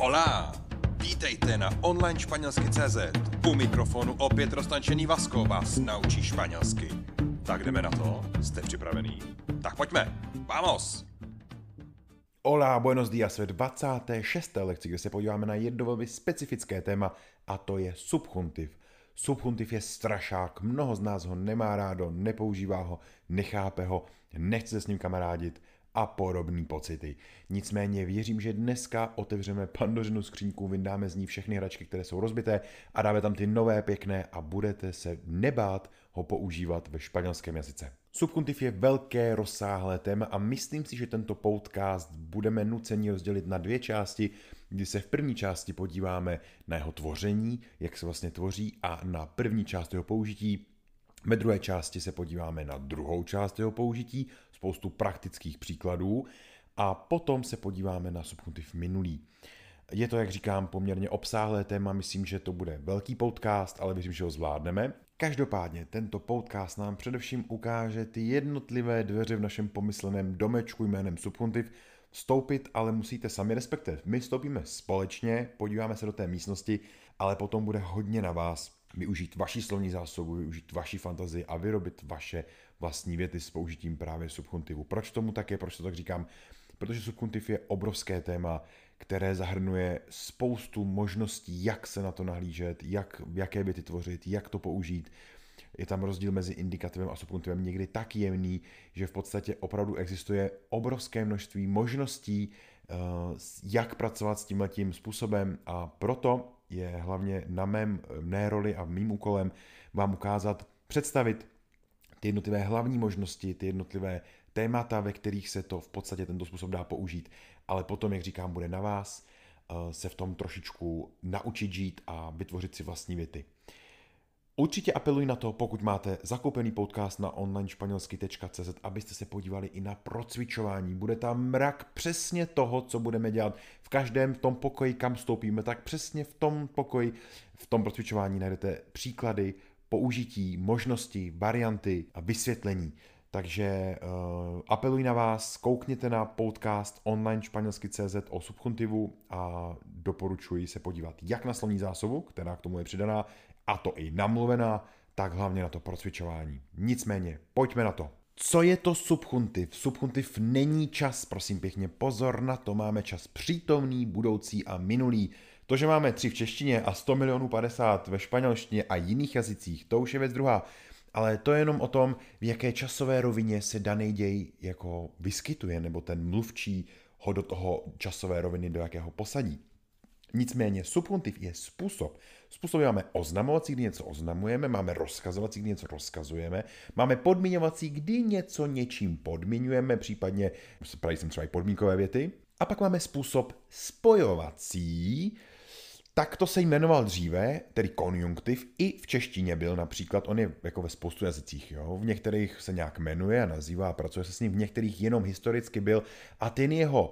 Hola! Vítejte na online španělsky.cz. U mikrofonu opět roztančený Vasko vás naučí španělsky. Tak jdeme na to? Jste připravený? Tak pojďme! Vamos! Hola, buenos días ve 26. lekci, kde se podíváme na jedno velmi specifické téma, a to je subjuntiv. Subjuntiv je strašák, mnoho z nás ho nemá rádo, nepoužívá ho, nechápe ho, nechce se s ním kamarádit a podobné pocity. Nicméně věřím, že dneska otevřeme Pandořinu skříňku, vyndáme z ní všechny hračky, které jsou rozbité a dáme tam ty nové pěkné a budete se nebát ho používat ve španělském jazyce. Subjuntiv je velké, rozsáhlé téma a myslím si, že tento podcast budeme nuceni rozdělit na dvě části, kdy se v první části podíváme na jeho tvoření, jak se vlastně tvoří, a na první část jeho použití. Ve druhé části se podíváme na druhou část jeho použití, spoustu praktických příkladů, a potom se podíváme na subjuntiv minulý. Je to, jak říkám, poměrně obsáhlé téma, myslím, že to bude velký podcast, ale věřím, že ho zvládneme. Každopádně tento podcast nám především ukáže ty jednotlivé dveře v našem pomysleném domečku jménem subjuntiv vstoupit, ale musíte sami respektovat. My vstoupíme společně, podíváme se do té místnosti, ale potom bude hodně na vás využít vaši slovní zásobu, využít vaši fantazii a vyrobit vaše vlastní věty s použitím právě subjuntivu. Proč tomu tak je, proč to tak říkám? Protože subjuntiv je obrovské téma, které zahrnuje spoustu možností, jak se na to nahlížet, jaké věty tvořit, jak to použít. Je tam rozdíl mezi indikativem a subjuntivem někdy tak jemný, že v podstatě opravdu existuje obrovské množství možností, jak pracovat s tímhletím způsobem, a proto je hlavně na mé roli a mým úkolem vám ukázat, představit ty jednotlivé hlavní možnosti, ty jednotlivé témata, ve kterých se to v podstatě tento způsob dá použít, ale potom, jak říkám, bude na vás se v tom trošičku naučit žít a vytvořit si vlastní věty. Určitě apeluji na to, pokud máte zakoupený podcast na onlinešpanělsky.cz, abyste se podívali i na procvičování. Bude tam mrak přesně toho, co budeme dělat v každém tom pokoji, kam vstoupíme, tak přesně v tom pokoji, v tom procvičování najdete příklady, použití, možnosti, varianty a vysvětlení. Takže apeluji na vás, koukněte na podcast onlinešpanělsky.cz o subjuntivu a doporučuji se podívat jak na slovní zásobu, která k tomu je přidaná, a to i namluvená, tak hlavně na to procvičování. Nicméně, pojďme na to. Co je to subjuntiv? Subjuntiv není čas, prosím pěkně, pozor na to, máme čas přítomný, budoucí a minulý. To, že máme 3 v češtině a 100 milionů 50 ve španělštině a jiných jazycích, to už je věc druhá. Ale to je jenom o tom, v jaké časové rovině se daný děj jako vyskytuje, nebo ten mluvčí ho do toho časové roviny, do jakého posadí. Nicméně subjuntiv je způsob. Způsoby máme oznamovací, kdy něco oznamujeme, máme rozkazovací, kdy něco rozkazujeme, máme podmiňovací, kdy něco něčím podmiňujeme, případně praví jsem třeba i podmínkové věty. A pak máme způsob spojovací, tak to se jmenoval dříve, tedy konjunktiv, i v češtině byl například, on je jako ve spoustu jazycích, jo? V některých se nějak jmenuje a nazývá, pracuje se s ním, v některých jenom historicky byl, a ten jeho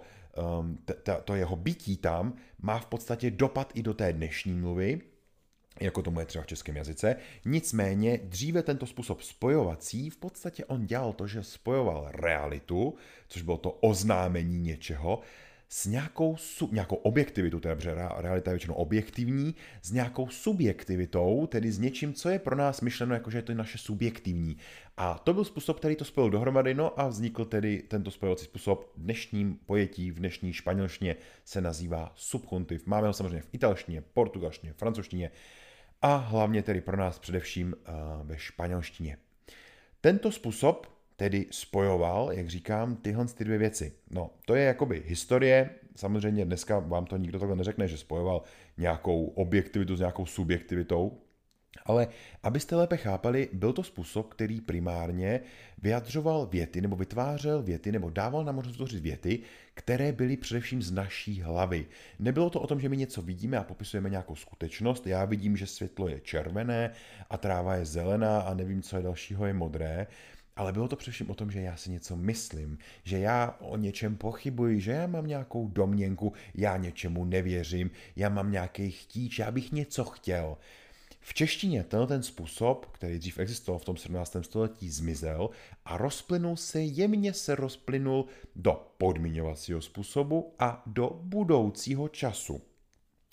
to jeho bytí tam má v podstatě dopad i do té dnešní mluvy, jako tomu je třeba v českém jazyce. Nicméně dříve tento způsob spojovací, v podstatě on dělal to, že spojoval realitu, což bylo to oznámení něčeho, s nějakou objektivitou, protože realita je většinou objektivní, s nějakou subjektivitou, tedy s něčím, co je pro nás myšleno jako, že je to naše subjektivní. A to byl způsob, který to spojil dohromady, no a vznikl tedy tento spojovací způsob. V dnešním pojetí, v dnešní španělštině se nazývá subjuntiv. Máme ho samozřejmě v italštině, portugalštině, francouzštině a hlavně tedy pro nás především ve španělštině. Tento způsob tedy spojoval, jak říkám, tyhle ty dvě věci. No, to je jakoby historie, samozřejmě dneska vám to nikdo takhle neřekne, že spojoval nějakou objektivitu s nějakou subjektivitou, ale abyste lépe chápali, byl to způsob, který primárně vyjadřoval věty, nebo vytvářel věty, nebo dával nám možnost tvořit věty, které byly především z naší hlavy. Nebylo to o tom, že my něco vidíme a popisujeme nějakou skutečnost, já vidím, že světlo je červené a tráva je zelená a nevím, co je dalšího, je modré, ale bylo to především o tom, že já si něco myslím, že já o něčem pochybuji, že já mám nějakou domněnku, já něčemu nevěřím, já mám nějaký chtíč, já bych něco chtěl. V češtině ten způsob, který dřív existoval v tom 17. století, zmizel a jemně se rozplynul do podmiňovacího způsobu a do budoucího času.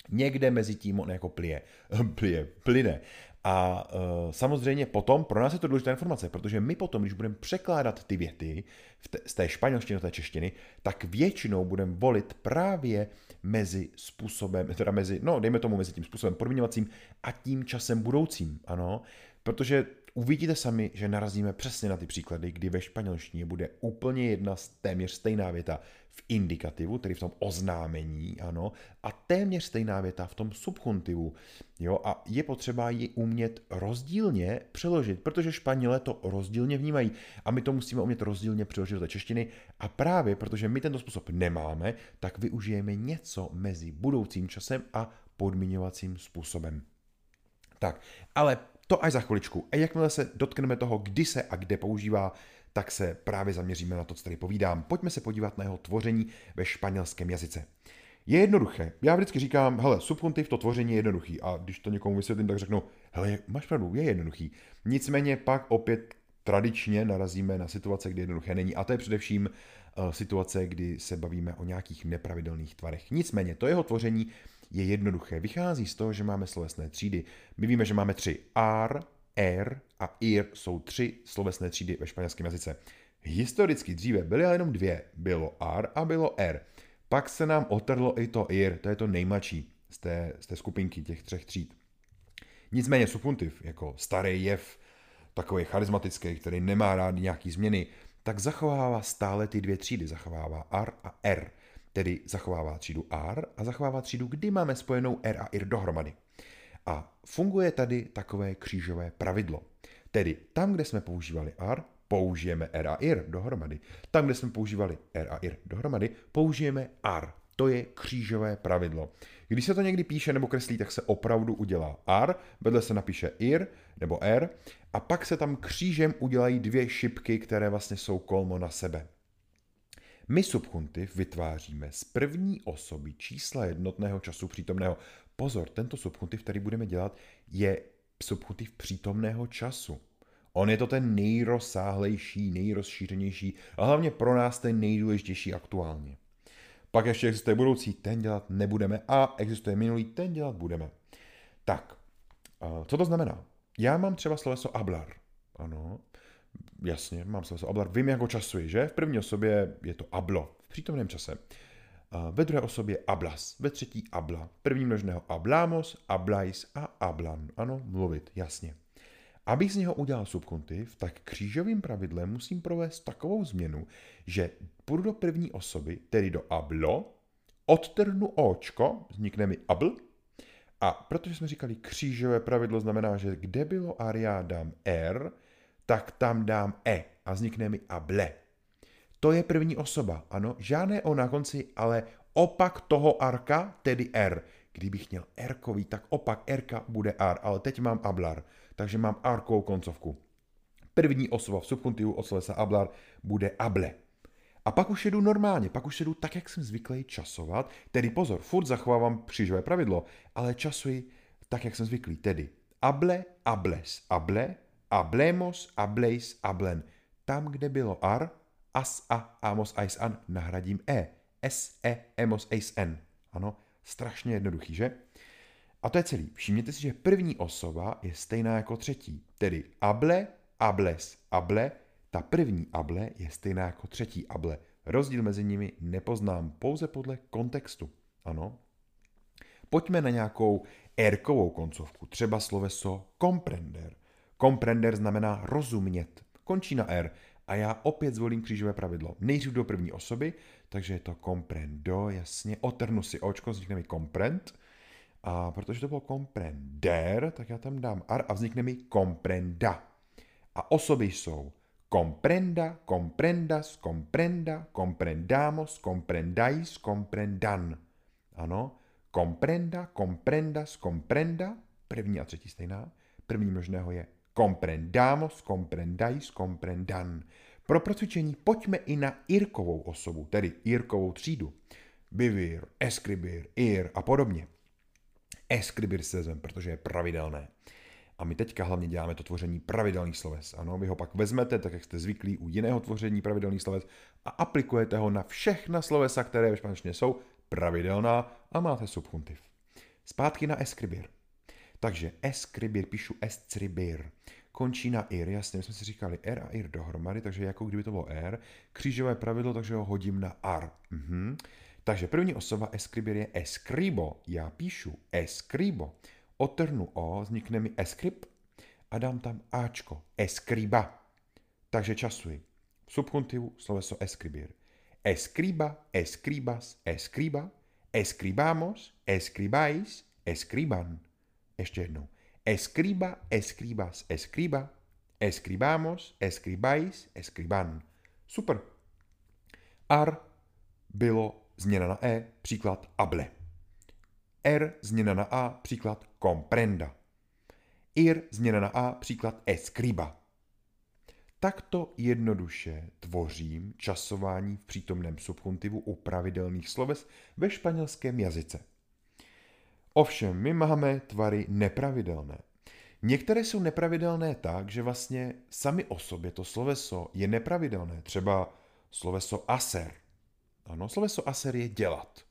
Někde mezi tím on jako plyne. A samozřejmě potom, pro nás je to důležitá informace, protože my potom, když budeme překládat ty věty z té španělštiny do té češtiny, tak většinou budeme volit právě mezi způsobem, teda dejme tomu mezi tím způsobem podmiňovacím a tím časem budoucím, ano, protože uvidíte sami, že narazíme přesně na ty příklady, kdy ve španělštině bude úplně jedna téměř stejná věta v indikativu, tedy v tom oznámení, ano, a téměř stejná věta v tom subjuntivu, jo, a je potřeba ji umět rozdílně přeložit, protože Španělé to rozdílně vnímají a my to musíme umět rozdílně přeložit do té češtiny a právě protože my tento způsob nemáme, tak využijeme něco mezi budoucím časem a podmiňovacím způsobem. Tak, ale to až za chviličku. A jakmile se dotkneme toho, kdy se a kde používá, tak se právě zaměříme na to, co tady povídám. Pojďme se podívat na jeho tvoření ve španělském jazyce. Je jednoduché. Já vždycky říkám, hele, subjuntiv, to tvoření je jednoduchý. A když to někomu vysvětlím, tak řeknu, hele, máš pravdu, je jednoduchý. Nicméně pak opět tradičně narazíme na situace, kdy jednoduché není. A to je především situace, kdy se bavíme o nějakých nepravidelných tvarech. Nicméně to jeho tvoření je jednoduché. Vychází z toho, že máme slovesné třídy. My víme, že máme 3. Ar, er a ir jsou 3 slovesné třídy ve španělském jazyce. Historicky dříve byly ale jenom 2. Bylo ar a bylo er. Pak se nám otrlo i to ir, to je to nejmladší z té skupinky těch 3 tříd. Nicméně subjuntiv, jako starý jev, takový charismatický, který nemá rád nějaký změny, tak zachovává stále ty 2 třídy. Zachovává ar a er. Tedy zachovává třídu ar a zachovává třídu, kdy máme spojenou er a ir dohromady. A funguje tady takové křížové pravidlo. Tedy tam, kde jsme používali ar, použijeme er a ir dohromady. Tam, kde jsme používali er a ir dohromady, použijeme ar. To je křížové pravidlo. Když se to někdy píše nebo kreslí, tak se opravdu udělá ar, vedle se napíše ir nebo er a pak se tam křížem udělají 2 šipky, které vlastně jsou kolmo na sebe. My subjuntiv vytváříme z první osoby čísla jednotného času přítomného. Pozor, tento subjuntiv, který budeme dělat, je subjuntiv přítomného času. On je to ten nejrozsáhlejší, nejrozšířenější a hlavně pro nás ten nejdůležitější aktuálně. Pak ještě existuje budoucí, ten dělat nebudeme a existuje minulý, ten dělat budeme. Tak, co to znamená? Já mám třeba sloveso hablar. Ano, jasně, mám sloveso hablar. Vím, jak ho časuji, že? V první osobě je to hablo, v přítomném čase. Ve druhé osobě hablas, ve třetí habla. První množného hablamos, hablais a hablan. Ano, mluvit, jasně. Abych z něho udělal subjuntiv, tak křížovým pravidlem musím provést takovou změnu, že půjdu do první osoby, tedy do hablo, odtrhnu očko, vznikne mi habl, a protože jsme říkali křížové pravidlo znamená, že kde bylo ar, já dám r, tak tam dám e a vznikne mi hable. To je první osoba, ano, žádné o na konci, ale opak toho arka, tedy r. Kdybych měl r-kový, tak opak r bude ar, ale teď mám hablar, takže mám arkovou koncovku. První osoba v subjuntivu od slovesa hablar bude hable. A pak už jedu normálně, pak už jedu tak, jak jsem zvyklý časovat, tedy pozor, furt zachovávám křížové pravidlo, ale časuji tak, jak jsem zvyklý, tedy hable, hables, hable, hablemos, hableis, hablen. Tam, kde bylo ar, as, a, amos, ais, an, nahradím e. S, e, emos, eis, en. Ano, strašně jednoduchý, že? A to je celý. Všimněte si, že první osoba je stejná jako třetí. Tedy hable, hables, hable. Ta první hable je stejná jako třetí hable. Rozdíl mezi nimi nepoznám pouze podle kontextu. Ano. Pojďme na nějakou r-kovou koncovku. Třeba sloveso comprender. Comprender znamená rozumět. Končí na r. A já opět zvolím křížové pravidlo. Nejdřív do první osoby, takže je to comprendo, jasně. Otrhnu si očko, vznikne mi comprend. A protože to bylo comprender, tak já tam dám ar a vznikne mi comprenda. A osoby jsou comprenda, comprendas, comprenda, comprendamos, comprendais, comprendan. Ano, comprenda, comprendas, comprenda, první a třetí stejná. První možného je comprendamos, comprendais, comprendan. Pro procvičení pojďme i na irkovou osobu, tedy irkovou třídu. Vivir, escribir, ir a podobně. Escribir se vezmeme, protože je pravidelné. A my teďka hlavně děláme to tvoření pravidelných sloves. Ano, vy ho pak vezmete, tak jak jste zvyklí u jiného tvoření pravidelných sloves a aplikujete ho na všechna slovesa, které ve španělštině jsou pravidelná a máte subjuntiv. Zpátky na escribir. Takže escribir, píšu escribir. Končí na ir, jasně, my jsme si říkali r a ir dohromady, takže jako kdyby to bylo r. Křížové pravidlo, takže ho hodím na ar. Takže první osoba escribir je escribo. Já píšu escribo. Otrhnu o, vznikne mi escrib a dám tam áčko. Escriba. Takže časuji. V subjuntivu sloveso escribir. Escriba, escribas, escriba, escribamos, escribáis, escriban. Ještě jednou. Escriba, escribas, escriba, escribamos, escribáis, escriban. Super. Ar bylo změna na e, příklad hable. R změna na a, příklad comprenda. Ir změna na a, příklad escriba. Takto jednoduše tvořím časování v přítomném subjuntivu u pravidelných sloves ve španělském jazyce. Ovšem, my máme tvary nepravidelné. Některé jsou nepravidelné tak, že vlastně sami o sobě to sloveso je nepravidelné. Třeba sloveso hacer. Ano, sloveso hacer je dělat.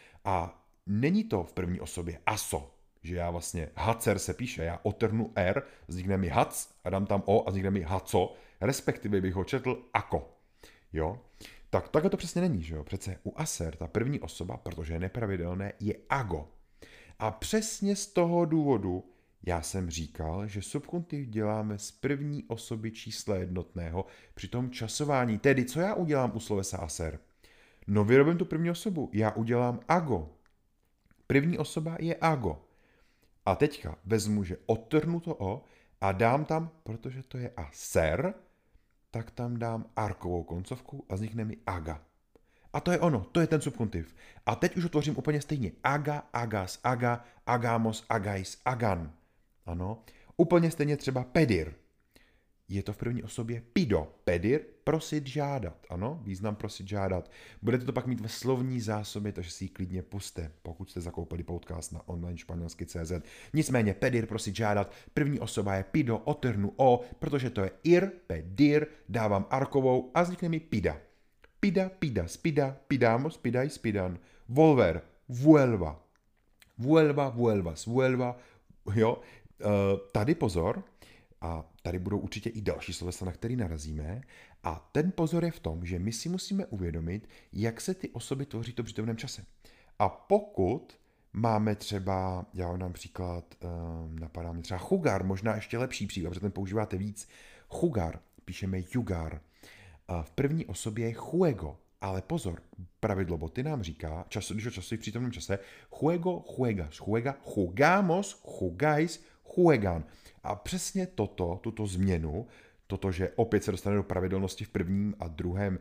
A není to v první osobě aso, že já vlastně hacer se píše, já otrhnu r, vznikne mi hac a dám tam o a vznikne mi haco, respektive bych ho četl ako. Jo? Tak takhle to přesně není, že jo? Přece u hacer ta první osoba, protože je nepravidelné, je ago. A přesně z toho důvodu já jsem říkal, že subjuntiv děláme z první osoby čísla jednotného při tom časování. Tedy, co já udělám u slovesa hacer? No vyrobím tu první osobu, já udělám ago. První osoba je ago. A teďka vezmu, že odtrhnu to o a dám tam, protože to je hacer, tak tam dám arkovou koncovku a vznikne mi aga. A to je ono, to je ten subjuntiv. A teď už ho tvořím úplně stejně. Aga, agas, aga, agamos, agais, agan. Ano. Úplně stejně třeba pedir. Je to v první osobě pido. Pedir, prosit, žádat. Ano, význam prosit, žádat. Budete to pak mít ve slovní zásobě, takže si ji klidně puste, pokud jste zakoupili podcast na online španělsky.cz. Nicméně pedir, prosit, žádat. První osoba je pido, otrhnu o, protože to je ir, pedir, dávám arkovou a vznikne mi pida. Pida, pida, spida, pidamos, pidaj, spidan. Volver, vuelva. Vuelva, vuelvas, vuelva. Jo, tady pozor, a tady budou určitě i další slovesa, na který narazíme. A ten pozor je v tom, že my si musíme uvědomit, jak se ty osoby tvoří to přítomném čase. A pokud máme třeba, já vám dám příklad, napadá mi třeba jugar, možná ještě lepší příklad, protože ten používáte víc. Jugar, píšeme jugar. V první osobě je juego, ale pozor, pravidlo boty nám říká, když ho časují v přítomném čase, juego, juegas, juega, jugamos, jugáis, juegan. A přesně tuto změnu, že opět se dostane do pravidelnosti v prvním a druhém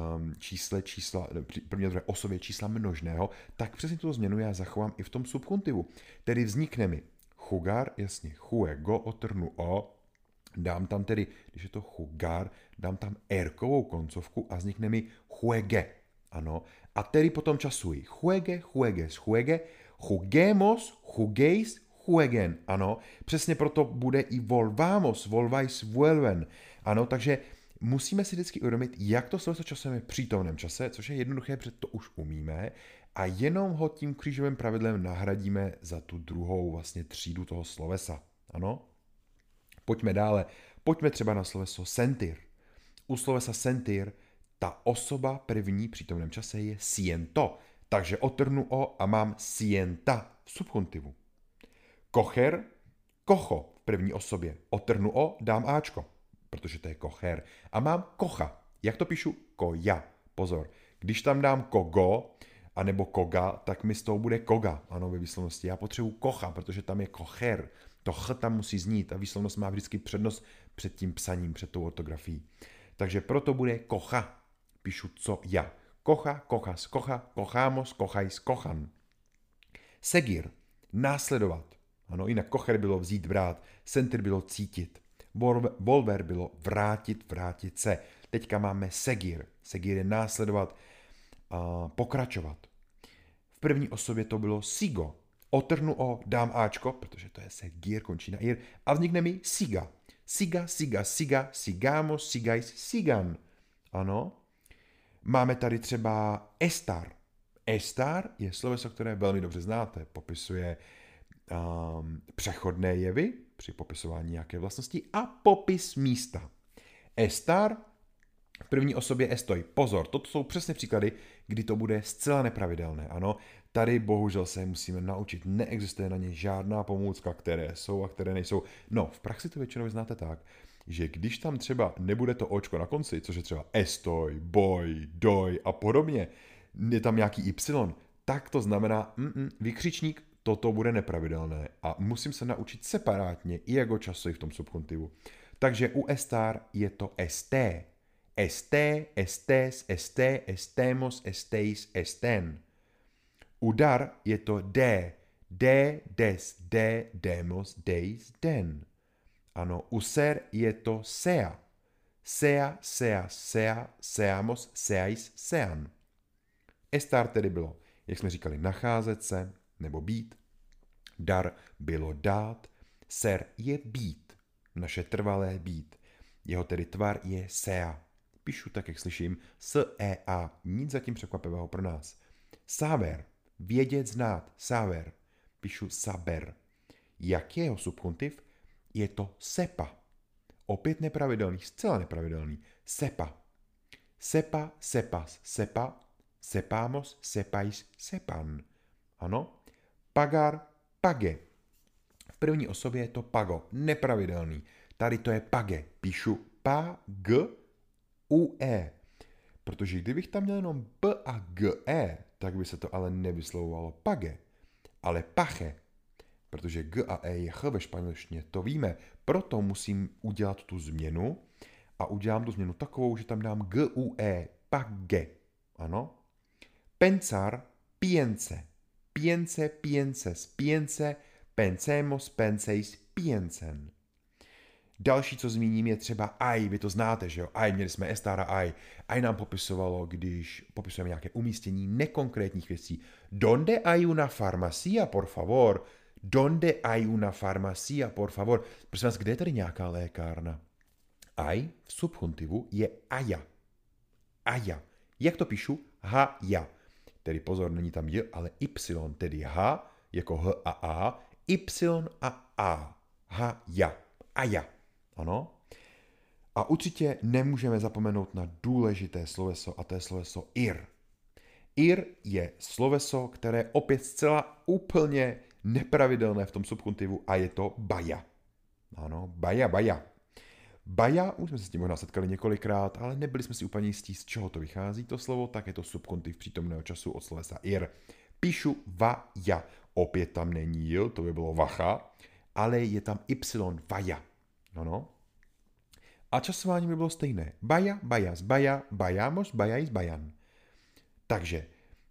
první a druhé osobě čísla množného, tak přesně tuto změnu já zachovám i v tom subjuntivu. Tedy vznikne mi jugar, jasně, juego, otrhnu o, dám tam tedy, když je to jugar, dám tam erkovou koncovku a vznikne mi juegue. Ano. A tedy potom časuji. Juegue, juegues, juegue, juguemos, jugueis, juegen. Ano. Přesně proto bude i volvamos, volvais, vuelven. Ano, takže musíme si vždycky uvědomit, jak to sloveso časujeme v přítomném čase, což je jednoduché, protože to už umíme, a jenom ho tím křížovým pravidlem nahradíme za tu druhou vlastně třídu toho slovesa. Ano. Pojďme dále. Pojďme třeba na sloveso sentir. U slovesa sentir ta osoba první v přítomném čase je siento. Takže otrhnu o a mám sienta v subjuntivu. Coger, cojo v první osobě. Otrhnu o, dám áčko, protože to je coger. A mám coja. Jak to píšu? Koja. Pozor. Když tam dám kogo, anebo koga, tak mi z toho bude koga. Ano, ve výslovnosti. Já potřebuji kocha, protože tam je coger. To ch tam musí znít a výslovnost má vždycky přednost před tím psaním, před tou ortografií. Takže proto bude kocha. Píšu co já. Kocha, kochas, kocha, kochamos, kochajs, kochan. Seguir. Následovat. Ano, jinak kocher bylo vzít, brát. Sentir bylo cítit. Volver bylo vrátit, vrátit se. Teďka máme seguir. Seguir je následovat, pokračovat. V první osobě to bylo sigo. Otrhnu o, dám áčko, protože to je seguir, končí na ir, a vznikne mi siga. Siga, siga, siga, sigamos, sigais, sigan. Ano. Máme tady třeba estar. Estar je sloveso, které velmi dobře znáte. Popisuje přechodné jevy při popisování nějaké vlastnosti a popis místa. Estar v první osobě estoy. Pozor, toto jsou přesně příklady, kdy to bude zcela nepravidelné. Ano, tady bohužel se musíme naučit. Neexistuje na ně žádná pomůcka, které jsou a které nejsou. No, v praxi to většinou znáte tak, že když tam třeba nebude to očko na konci, což je třeba estoy, boj, doj a podobně, je tam nějaký y, tak to znamená vykřičník, toto bude nepravidelné a musím se naučit separátně i jako časy v tom subjuntivu. Takže u estar je to esté. Esté, estés, esté, estemos, estéis, estén. U dar je to de. De, des, de, demos, deis, den. Ano, u ser je to sea. Sea, seas, sea, seamos, seais, sean. Estar tedy bylo, jak jsme říkali, nacházet se nebo být. Dar bylo dát. Ser je být. Naše trvalé být. Jeho tedy tvar je sea. Píšu tak, jak slyším, S-E-A. Nic zatím překvapivého pro nás. Saber. Vědět, znát. Saber. Píšu saber. Jak je jeho subjuntiv? Je to sepa. Opět nepravidelný, zcela nepravidelný. Sepa. Sepa, sepas, sepa. Sepamos, sepais, sepan. Ano. Pagar, page. V první osobě je to pago. Nepravidelný. Tady to je page. Píšu p-g-u-e. Protože kdybych tam měl jenom p a g-e, tak by se to ale nevyslovovalo page, ale pache. Protože g a e je ch ve španělštině, to víme. Proto musím udělat tu změnu a udělám tu změnu takovou, že tam dám g-u-e, page. Ano. Pensar, piense. Piense, pienses, piense, pensemos, penseis, piensen. Další, co zmíním, je třeba aj. Vy to znáte, že jo? Aj, měli jsme estara aj. Aj nám popisovalo, když popisujeme nějaké umístění nekonkrétních věcí. Donde hay una farmacia, por favor? Donde hay una farmacia, por favor? Prosím vás, kde je tady nějaká lékárna? Aj v subjuntivu je aja. Aja. Jak to píšu? Ha-ja. Tedy pozor, není tam j, ale y, tedy h, jako h a a, y a a. Ha-ja. Aja. Ano. A určitě nemůžeme zapomenout na důležité sloveso, a to je sloveso ir. Ir je sloveso, které opět zcela úplně nepravidelné v tom subjuntivu a je to baja. Ano, baja, baja. Baja, už jsme se s tím možná setkali několikrát, ale nebyli jsme si úplně jistí, z čeho to vychází to slovo, tak je to subjuntiv přítomného času od slovesa ir. Píšu vaja. Opět tam není jil, to by bylo vacha, ale je tam y, vaja. Ano. A časování by bylo stejné. Baja, bajas, baja, bajamos, bajais, bajan. Takže,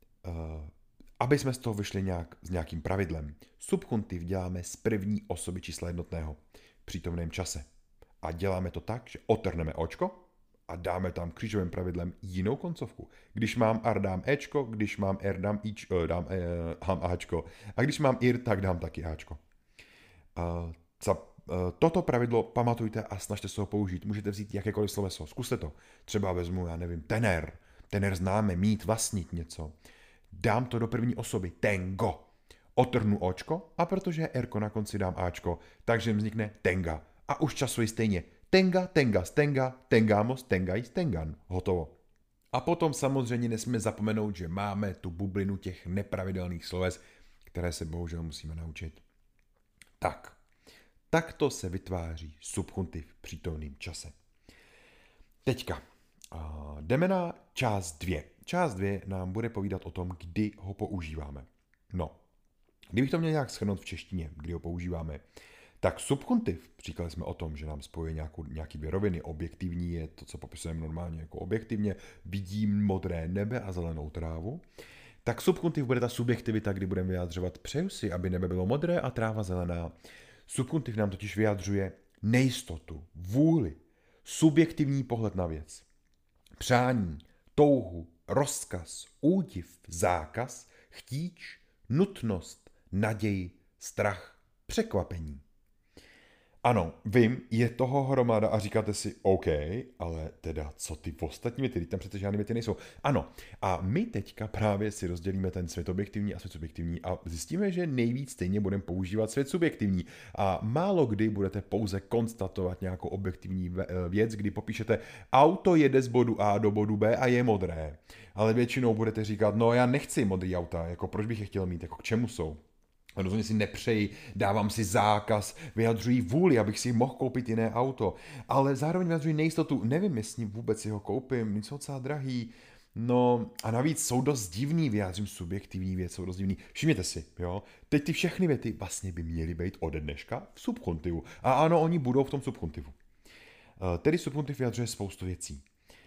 aby jsme z toho vyšli s nějakým pravidlem, subjuntiv děláme z první osoby čísla jednotného v přítomném čase. A děláme to tak, že otrhneme očko a dáme tam křížovým pravidlem jinou koncovku. Když mám ar, dám ečko, když mám r, dám ačko. A když mám ir, tak dám taky ačko. Toto pravidlo pamatujte a snažte se ho použít. Můžete vzít jakékoliv sloveso. Zkuste to. Třeba vezmu, já nevím, tener. Tener známe, mít, vlastnit něco. Dám to do první osoby. Tengo. Otrhnu očko a protože je erko na konci dám áčko, takže vznikne tenga. A už časuji stejně. Tenga, tengas, tenga, tengamos, tengais, tengan. Hotovo. A potom samozřejmě nesmíme zapomenout, že máme tu bublinu těch nepravidelných sloves, které se bohužel musíme naučit. Takto se vytváří subjuntiv v přítomném čase. Teďka jdeme na část 2. Část 2 nám bude povídat o tom, kdy ho používáme. No, kdybych to měl nějak shrnout v češtině, kdy ho používáme, tak subjuntiv, říkali jsme o tom, že nám spojuje nějaký dvě roviny. Objektivní je to, co popisujeme normálně jako objektivně. Vidím modré nebe a zelenou trávu. Tak subjuntiv bude ta subjektivita, kdy budeme vyjadřovat přeju si, aby nebe bylo modré a tráva zelená. Subjuntiv nám totiž vyjadřuje nejistotu, vůli, subjektivní pohled na věc, přání, touhu, rozkaz, údiv, zákaz, chtíč, nutnost, naději, strach, překvapení. Ano, vím, je toho hromada a říkáte si, OK, ale teda co ty ostatní věty, tam přece žádné věty nejsou. Ano, a my teďka právě si rozdělíme ten svět objektivní a svět subjektivní a zjistíme, že nejvíc stejně budeme používat svět subjektivní a málo kdy budete pouze konstatovat nějakou objektivní věc, kdy popíšete, auto jede z bodu A do bodu B a je modré. Ale většinou budete říkat, no já nechci modrý auta, jako proč bych je chtěl mít, jako k čemu jsou. Rozhodně si nepřeji, dávám si zákaz, vyjadřuji vůli, abych si mohl koupit jiné auto, ale zároveň vyjadřuji nejistotu, nevím, jestli vůbec si ho koupím, jsou docela drahý, no a navíc jsou dost divný, vyjádřím subjektivní věc, jsou dost divný. Všimněte si, jo, teď ty všechny věty vlastně by měly být ode dneška v subjuntivu. A ano, oni budou v tom subjuntivu. Tedy subjuntiv vyjadřuje spoustu věcí.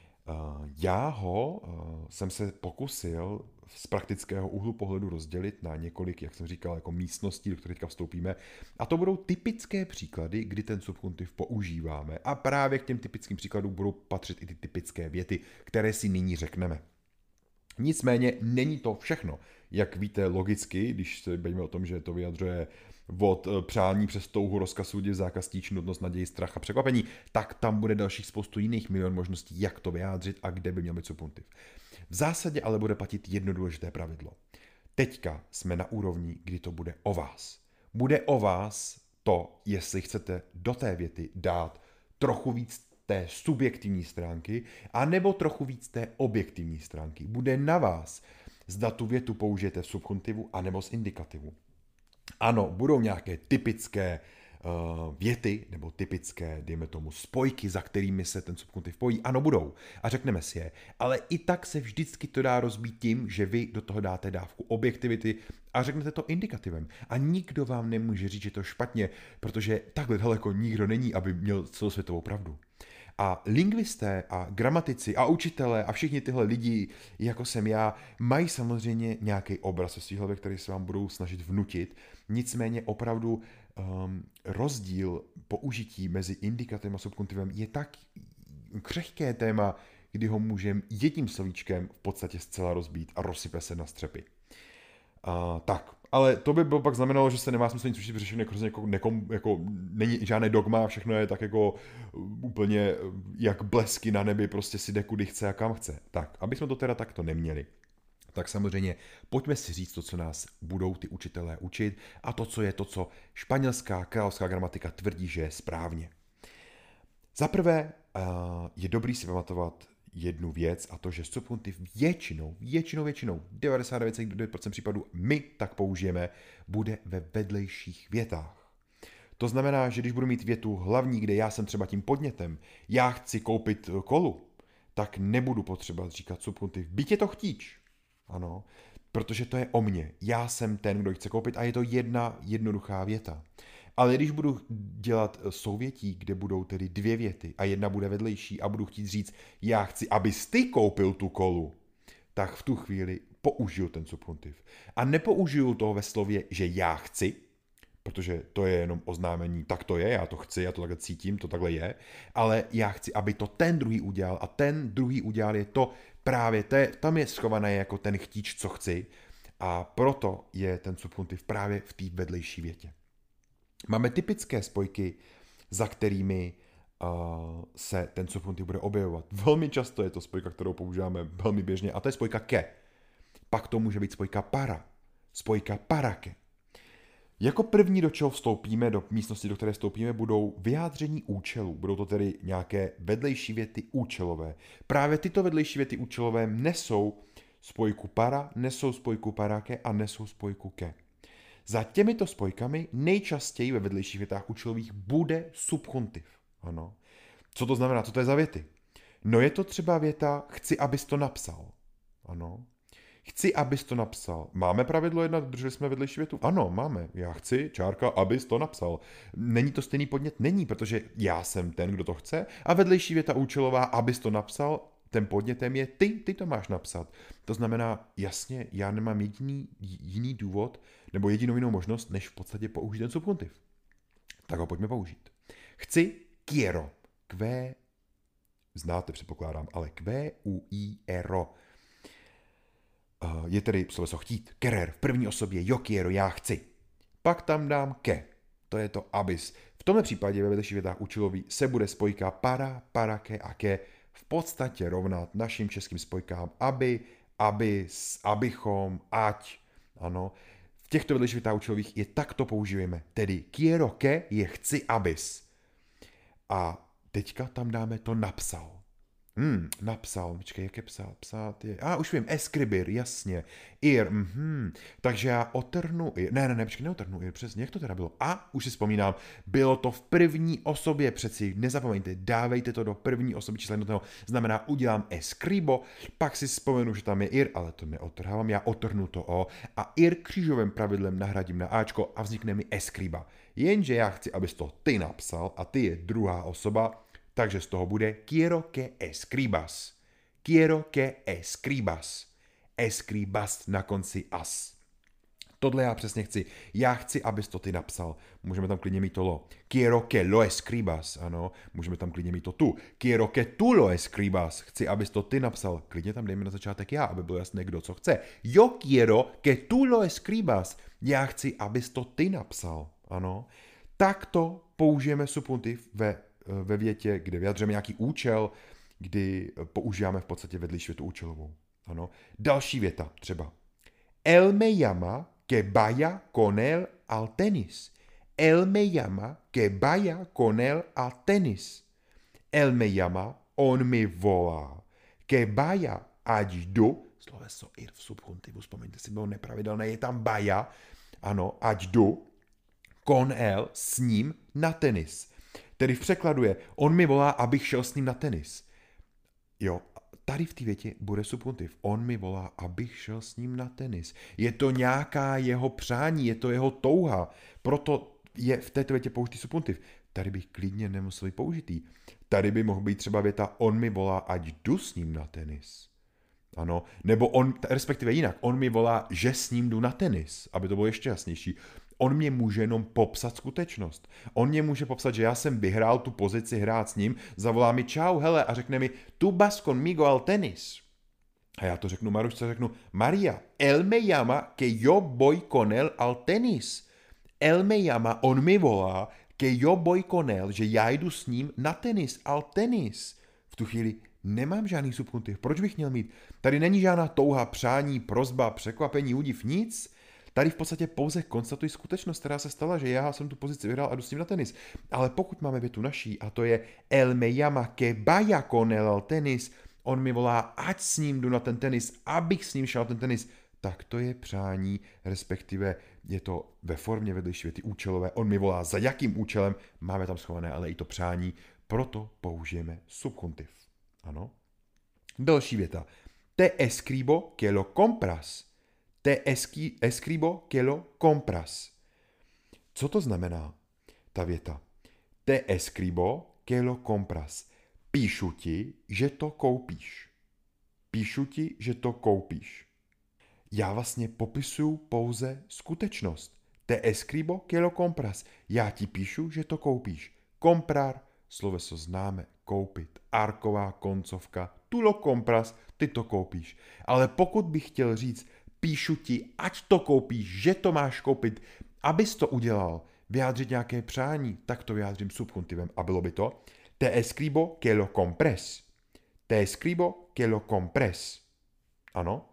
Jsem se pokusil z praktického úhlu pohledu rozdělit na několik, jak jsem říkal, jako místností, do kterých teďka vstoupíme. A to budou typické příklady, kdy ten subjuntiv používáme. A právě k těm typickým příkladům budou patřit i ty typické věty, které si nyní řekneme. Nicméně není to všechno. Jak víte logicky, když se bavíme o tom, že to vyjadřuje od přání přes touhu, rozkaz, údiv, zákaz, tíč, nutnost, naději, strach a překvapení, tak tam bude dalších spoustu jiných milion možností, jak to vyjádřit a kde by měl být subjuntiv. V zásadě ale bude platit jedno důležité pravidlo. Teďka jsme na úrovni, kdy to bude o vás. Bude o vás to, jestli chcete do té věty dát trochu víc té subjektivní stránky, anebo trochu víc té objektivní stránky. Bude na vás, zda tu větu použijete v subjuntivu, anebo z indikativu. Ano, budou nějaké typické věty, nebo typické, dejme tomu, spojky, za kterými se ten subjuntiv pojí. Ano, budou. A řekneme si je. Ale i tak se vždycky to dá rozbít tím, že vy do toho dáte dávku objektivity a řeknete to indikativem. A nikdo vám nemůže říct, že to je špatně, protože takhle daleko nikdo není, aby měl celosvětovou pravdu. A lingvisté a gramatici a učitelé a všichni tyhle lidi, jako jsem já, mají samozřejmě nějaký obraz ve svých hlavě, který se vám budou snažit vnutit. Nicméně opravdu rozdíl použití mezi indikativem a subjuntivem je tak křehké téma, kdy ho můžeme jedním slovíčkem v podstatě zcela rozbít a rozsype se na střepy. Tak, ale to by bylo pak znamenalo, že se nemá smysl nic učit, protože všechno jako není žádné dogma, všechno je tak jako úplně jak blesky na nebi, prostě si jde kudy chce a kam chce. Tak, aby jsme to teda takto neměli. Tak samozřejmě pojďme si říct to, co nás budou ty učitelé učit a to, co je to, co španělská královská gramatika tvrdí, že je správně. Za prvé je dobrý si pamatovat jednu věc a to, že subjuntiv většinou, 99,9% případů my tak použijeme, bude ve vedlejších větách. To znamená, že když budu mít větu hlavní, kde já jsem třeba tím podnětem, já chci koupit kolu, tak nebudu potřebovat říkat subjuntiv, byť je to chtíč. Ano, protože to je o mně. Já jsem ten, kdo chce koupit a je to jedna jednoduchá věta. Ale když budu dělat souvětí, kde budou tedy dvě věty a jedna bude vedlejší a budu chtít říct, já chci, abys ty koupil tu kolu, tak v tu chvíli použiju ten subjuntiv. A nepoužiju to ve slově, že já chci, protože to je jenom oznámení, tak to je, já to chci, já to takhle cítím, to takhle je, ale já chci, aby to ten druhý udělal a ten druhý udělal je to právě, tam je schované jako ten chtíč, co chci a proto je ten subjuntiv právě v té vedlejší větě. Máme typické spojky, za kterými se ten subjuntiv bude objevovat. Velmi často je to spojka, kterou používáme velmi běžně, a to je spojka ke. Pak to může být spojka para, spojka parake. Jako první, do čeho vstoupíme, do místnosti, do které vstoupíme, budou vyjádření účelů. Budou to tedy nějaké vedlejší věty účelové. Právě tyto vedlejší věty účelové nesou spojku para, nesou spojku parake a nesou spojku ke. Za těmito spojkami nejčastěji ve vedlejších větách účelových bude subjuntiv. Ano. Co to znamená? Co to je za věty? No je to třeba věta chci, abys to napsal. Ano. Chci, abys to napsal. Máme pravidlo 1, drželi jsme vedlejší větu? Ano, máme. Já chci, čárka, abys to napsal. Není to stejný podnět? Není, protože já jsem ten, kdo to chce a vedlejší věta účelová, abys to napsal, ten podnětem je ty to máš napsat. To znamená, jasně, já nemám jiný důvod nebo jedinou jinou možnost, než v podstatě použít ten subjuntiv. Tak ho pojďme použít. Chci, quiero. Znáte, předpokládám, ale quiero. Je tedy sloveso chtít, querer, v první osobě, yo quiero, já chci. Pak tam dám ke. to je to abys. V tomhle případě ve vedlejších větách účelový se bude spojka para ke a ke v podstatě rovnat našim českým spojkám aby, abys, abychom, ať. Ano. V těchto vedlejších větách účelových je takto použijeme. Tedy quiero que je chci abys. A teďka tam dáme to napsal. Napsal, počkej, jak je psát je, už vím, escribir, jasně, ir, takže já otrhnu ir, ne, počkej, neotrhnu ir, přesně, jak to teda bylo, už si vzpomínám, bylo to v první osobě, přeci, nezapomeňte, dávejte to do první osoby čísla jednotného, znamená, udělám escribo, pak si vzpomenu, že tam je ir, ale to neotrhávám, já otrhnu to o a ir křížovým pravidlem nahradím na áčko a vznikne mi escriba, jenže já chci, abys to ty napsal a ty je druhá osoba. Takže z toho bude quiero que escribas. Quiero que escribas. Escribas na konci as. Tohle já přesně chci. Já chci, abys to ty napsal. Můžeme tam klidně mít to lo. Quiero que lo escribas. Ano, můžeme tam klidně mít to tu. Quiero que tu lo escribas. Chci, abys to ty napsal. Klidně tam dejme na začátek já, aby bylo jasné, kdo co chce. Yo quiero que tu lo escribas. Já chci, abys to ty napsal. Ano. Takto použijeme subjuntiv ve větě, kde vyjadřujeme nějaký účel, kdy používáme v podstatě vedlejší větu účelovou. Ano. Další věta třeba. Él me llama que vaya con él al tenis. Él me llama que vaya con él al tenis. Él me llama, on mi volá. Que vaya, ať jdu. Sloveso ir v subjuntivu, vzpomeňte si, bylo nepravidelné, je tam vaya. Ano, ať jdu. Con él, s ním, na tenis. Tedy v překladu je, on mi volá, abych šel s ním na tenis. Jo, tady v té větě bude subjuntiv. On mi volá, abych šel s ním na tenis. Je to nějaká jeho přání, je to jeho touha. Proto je v této větě použitý subjuntiv. Tady bych klidně nemusel být použitý. Tady by mohl být třeba věta, on mi volá, ať jdu s ním na tenis. Ano, nebo respektive jinak, on mi volá, že s ním jdu na tenis, aby to bylo ještě jasnější. On mě může jenom popsat skutečnost. On mě může popsat, že já jsem vyhrál tu pozici hrát s ním, zavolá mi čau, hele, a řekne mi, tu vas conmigo al tenis. A já to řeknu Marušce, řeknu, Maria, él me llama que yo voy con él al tenis. Él me llama, on mi volá, que yo voy con él, že já jdu s ním na tenis, al tenis. V tu chvíli nemám žádný subjuntiv. Proč bych měl mít? Tady není žádná touha, přání, prosba, překvapení, údiv, nic. Tady v podstatě pouze konstatuji skutečnost, která se stala, že já jsem tu pozici vyhrál a jdu s ním na tenis. Ale pokud máme větu naší, a to je él me llama que vaya con él al tenis, on mi volá, ať s ním jdu na ten tenis, abych s ním šel na ten tenis, tak to je přání, respektive je to ve formě vedlejší věty účelové. On mi volá, za jakým účelem, máme tam schované, ale i to přání, proto použijeme subjuntiv. Ano. Další věta. Te escribo que lo compras. Te escribo que lo compras. Co to znamená, ta věta? Te escribo que lo compras. Píšu ti, že to koupíš. Píšu ti, že to koupíš. Já vlastně popisuju pouze skutečnost. Te escribo que lo compras. Já ti píšu, že to koupíš. Comprar, sloveso známe, koupit. Arková koncovka. Tu lo compras, ty to koupíš. Ale pokud bych chtěl říct, píšu ti, ať to koupíš, že to máš koupit, abys to udělal, vyjádřit nějaké přání, tak to vyjádřím subjuntivem. A bylo by to te escribo que lo compres. Te escribo que lo compres. Ano.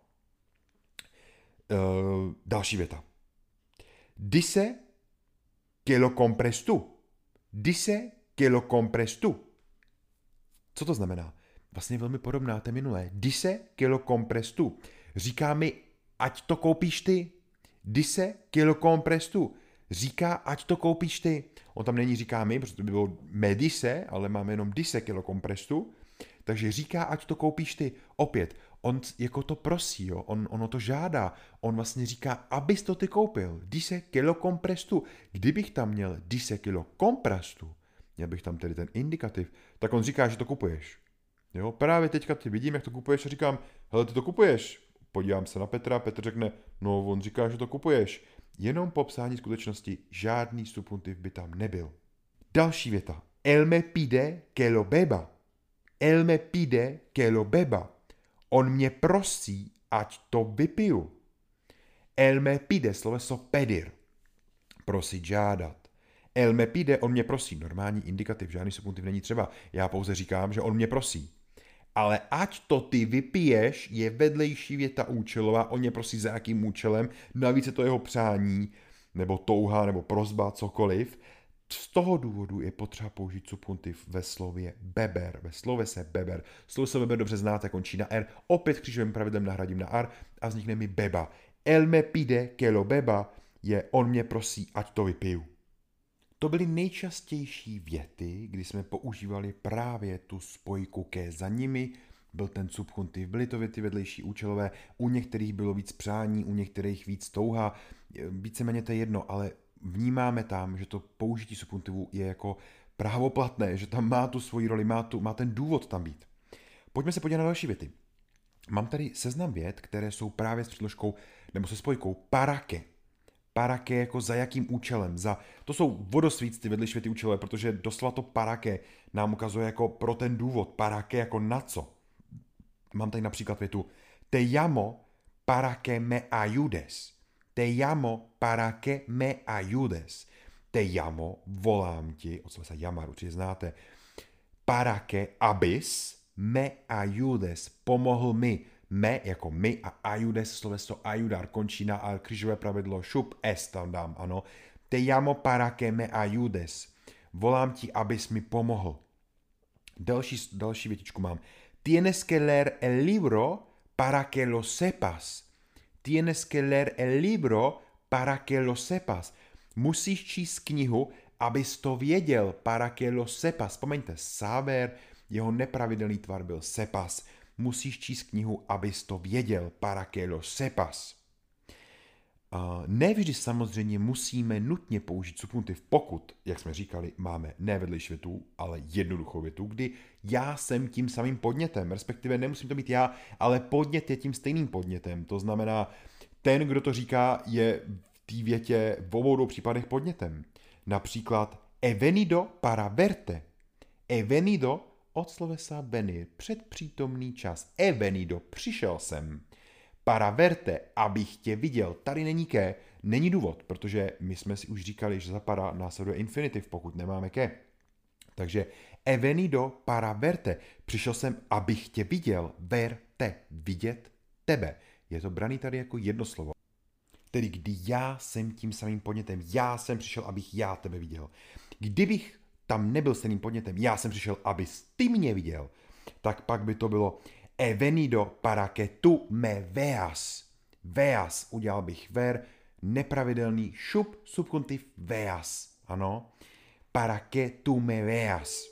Další věta. Dice que lo compres tu. Dice que lo compres tu. Co to znamená? Vlastně velmi podobná té minulé. Dice que lo compres tu. Říká mi, ať to koupíš ty. Dice que lo compres tu. Říká, ať to koupíš ty. On tam není říká mi, protože to by bylo me dice, ale máme jenom dice que lo compres tu. Takže říká, ať to koupíš ty. Opět, on jako to prosí, jo? Ono to žádá. On vlastně říká, abys to ty koupil. Dice que lo compres tu. Kdybych tam měl dice que lo compras tu, měl bych tam tedy ten indikativ, tak on říká, že to kupuješ. Jo? Právě teďka ty vidím, jak to kupuješ a říkám, hele, ty to kupuješ. Podívám se na Petra, Petr řekne, no on říká, že to kupuješ. Jenom popsání skutečnosti, žádný subjuntiv by tam nebyl. Další věta. Él me pide que lo beba. Él me pide que lo beba. On mě prosí, ať to vypiju. Él me pide, sloveso pedir. Prosit, žádat. El me pide, on mě prosí. Normální indikativ, žádný subjuntiv není třeba. Já pouze říkám, že on mě prosí. Ale ať to ty vypiješ, je vedlejší věta účelová, on mě prosí za jakým účelem, navíc je to jeho přání, nebo touha, nebo prosba, cokoliv. Z toho důvodu je potřeba použít subjuntiv ve slově beber, ve slovese beber. Slovo se beber dobře znáte, končí na R, opět křížovým pravidlem nahradím na R a vznikne mi beba. El me pide que lo beba je on mě prosí, ať to vypiju. To byly nejčastější věty, kdy jsme používali právě tu spojku ke za nimi, byl ten subjuntiv, byly to věty vedlejší účelové, u některých bylo víc přání, u některých víc touha, víceméně to je jedno, ale vnímáme tam, že to použití subjuntivu je jako právoplatné, že tam má tu svoji roli, má ten důvod tam být. Pojďme se podívat na další věty. Mám tady seznam vět, které jsou právě s předložkou nebo se spojkou para que. Para que jako za jakým účelem. To jsou vodosvíc ty vedlejší věty účelové, protože doslova to para que nám ukazuje jako pro ten důvod. Para que jako na co. Mám tady například větu te llamo para que me ayudes. Te llamo para que me ayudes. Te llamo, volám ti, od slova se llamar, určitě znáte. Para que abys me ayudes, pomohl mi. Me jako my a ayudes, sloveso ayudar, končí na a křížové pravidlo šup, es tam dám, ano. Te llamo para que me ayudes. Volám ti, abys mi pomohl. Další větičku mám. Tienes que leer el libro para que lo sepas. Tienes que leer el libro para que lo sepas. Musíš číst knihu, abys to věděl, para que lo sepas. Vzpomeňte, saber, jeho nepravidelný tvar byl sepas. Musíš číst knihu, abys to věděl, para que lo sepas. Nevždy samozřejmě musíme nutně použít subjuntiv, pokud, jak jsme říkali, máme ne vedlejší větu, ale jednoduchou větu, kdy já jsem tím samým podnětem, respektive nemusím to být já, ale podnět je tím stejným podnětem. To znamená, ten, kdo to říká, je v té větě v obou dvou případech podnětem. Například he venido para verte. He venido od slovesa venir, předpřítomný čas. He venido, přišel jsem. Para verte, abych tě viděl. Tady není ke, není důvod, protože my jsme si už říkali, že za para následuje infinitiv, pokud nemáme ke. Takže he venido para verte. Přišel jsem, abych tě viděl. Verte, vidět tebe. Je to braný tady jako jedno slovo. Tedy kdy já jsem tím samým podnětem. Já jsem přišel, abych já tebe viděl. Kdybych tam nebyl stejným podnětem, já jsem přišel, abys ty mě viděl, tak pak by to bylo he venido para que tu me veas. Veas, udělal bych ver, nepravidelný šup, subjuntiv veas. Ano, para que tu me veas.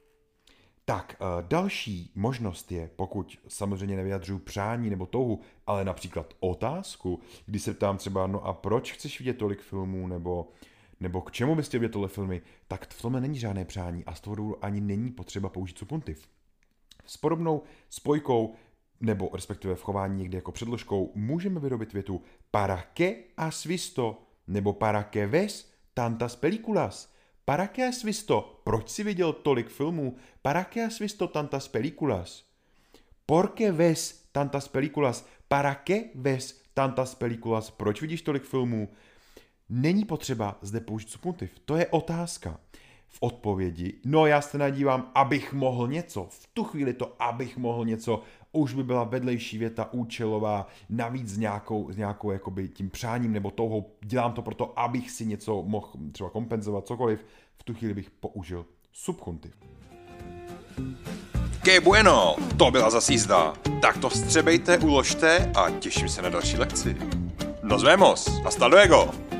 Tak, další možnost je, pokud samozřejmě nevyjadřuju přání nebo touhu, ale například otázku, kdy se ptám třeba, no a proč chceš vidět tolik filmů, nebo k čemu bys chtěl vidět tohle filmy, tak v tomhle není žádné přání a z toho důvodu ani není potřeba použít subjuntiv. S podobnou spojkou, nebo respektive v chování někde jako předložkou, můžeme vyrobit větu para que has visto, nebo para que ves tantas películas. Para que has visto, proč jsi viděl tolik filmů? Para que has visto tantas películas. Por qué ves tantas películas? Para que ves tantas películas? Proč vidíš tolik filmů? Není potřeba zde použít subjuntiv. To je otázka. V odpovědi, no já se nadívám, abych mohl něco. V tu chvíli to, abych mohl něco, už by byla vedlejší věta účelová, navíc s nějakou jakoby tím přáním nebo touhou. Dělám to proto, abych si něco mohl třeba kompenzovat, cokoliv. V tu chvíli bych použil subjuntiv. Que bueno, to byla zase jízda. Tak to vstřebejte, uložte a těším se na další lekci. Nos vemos, hasta luego.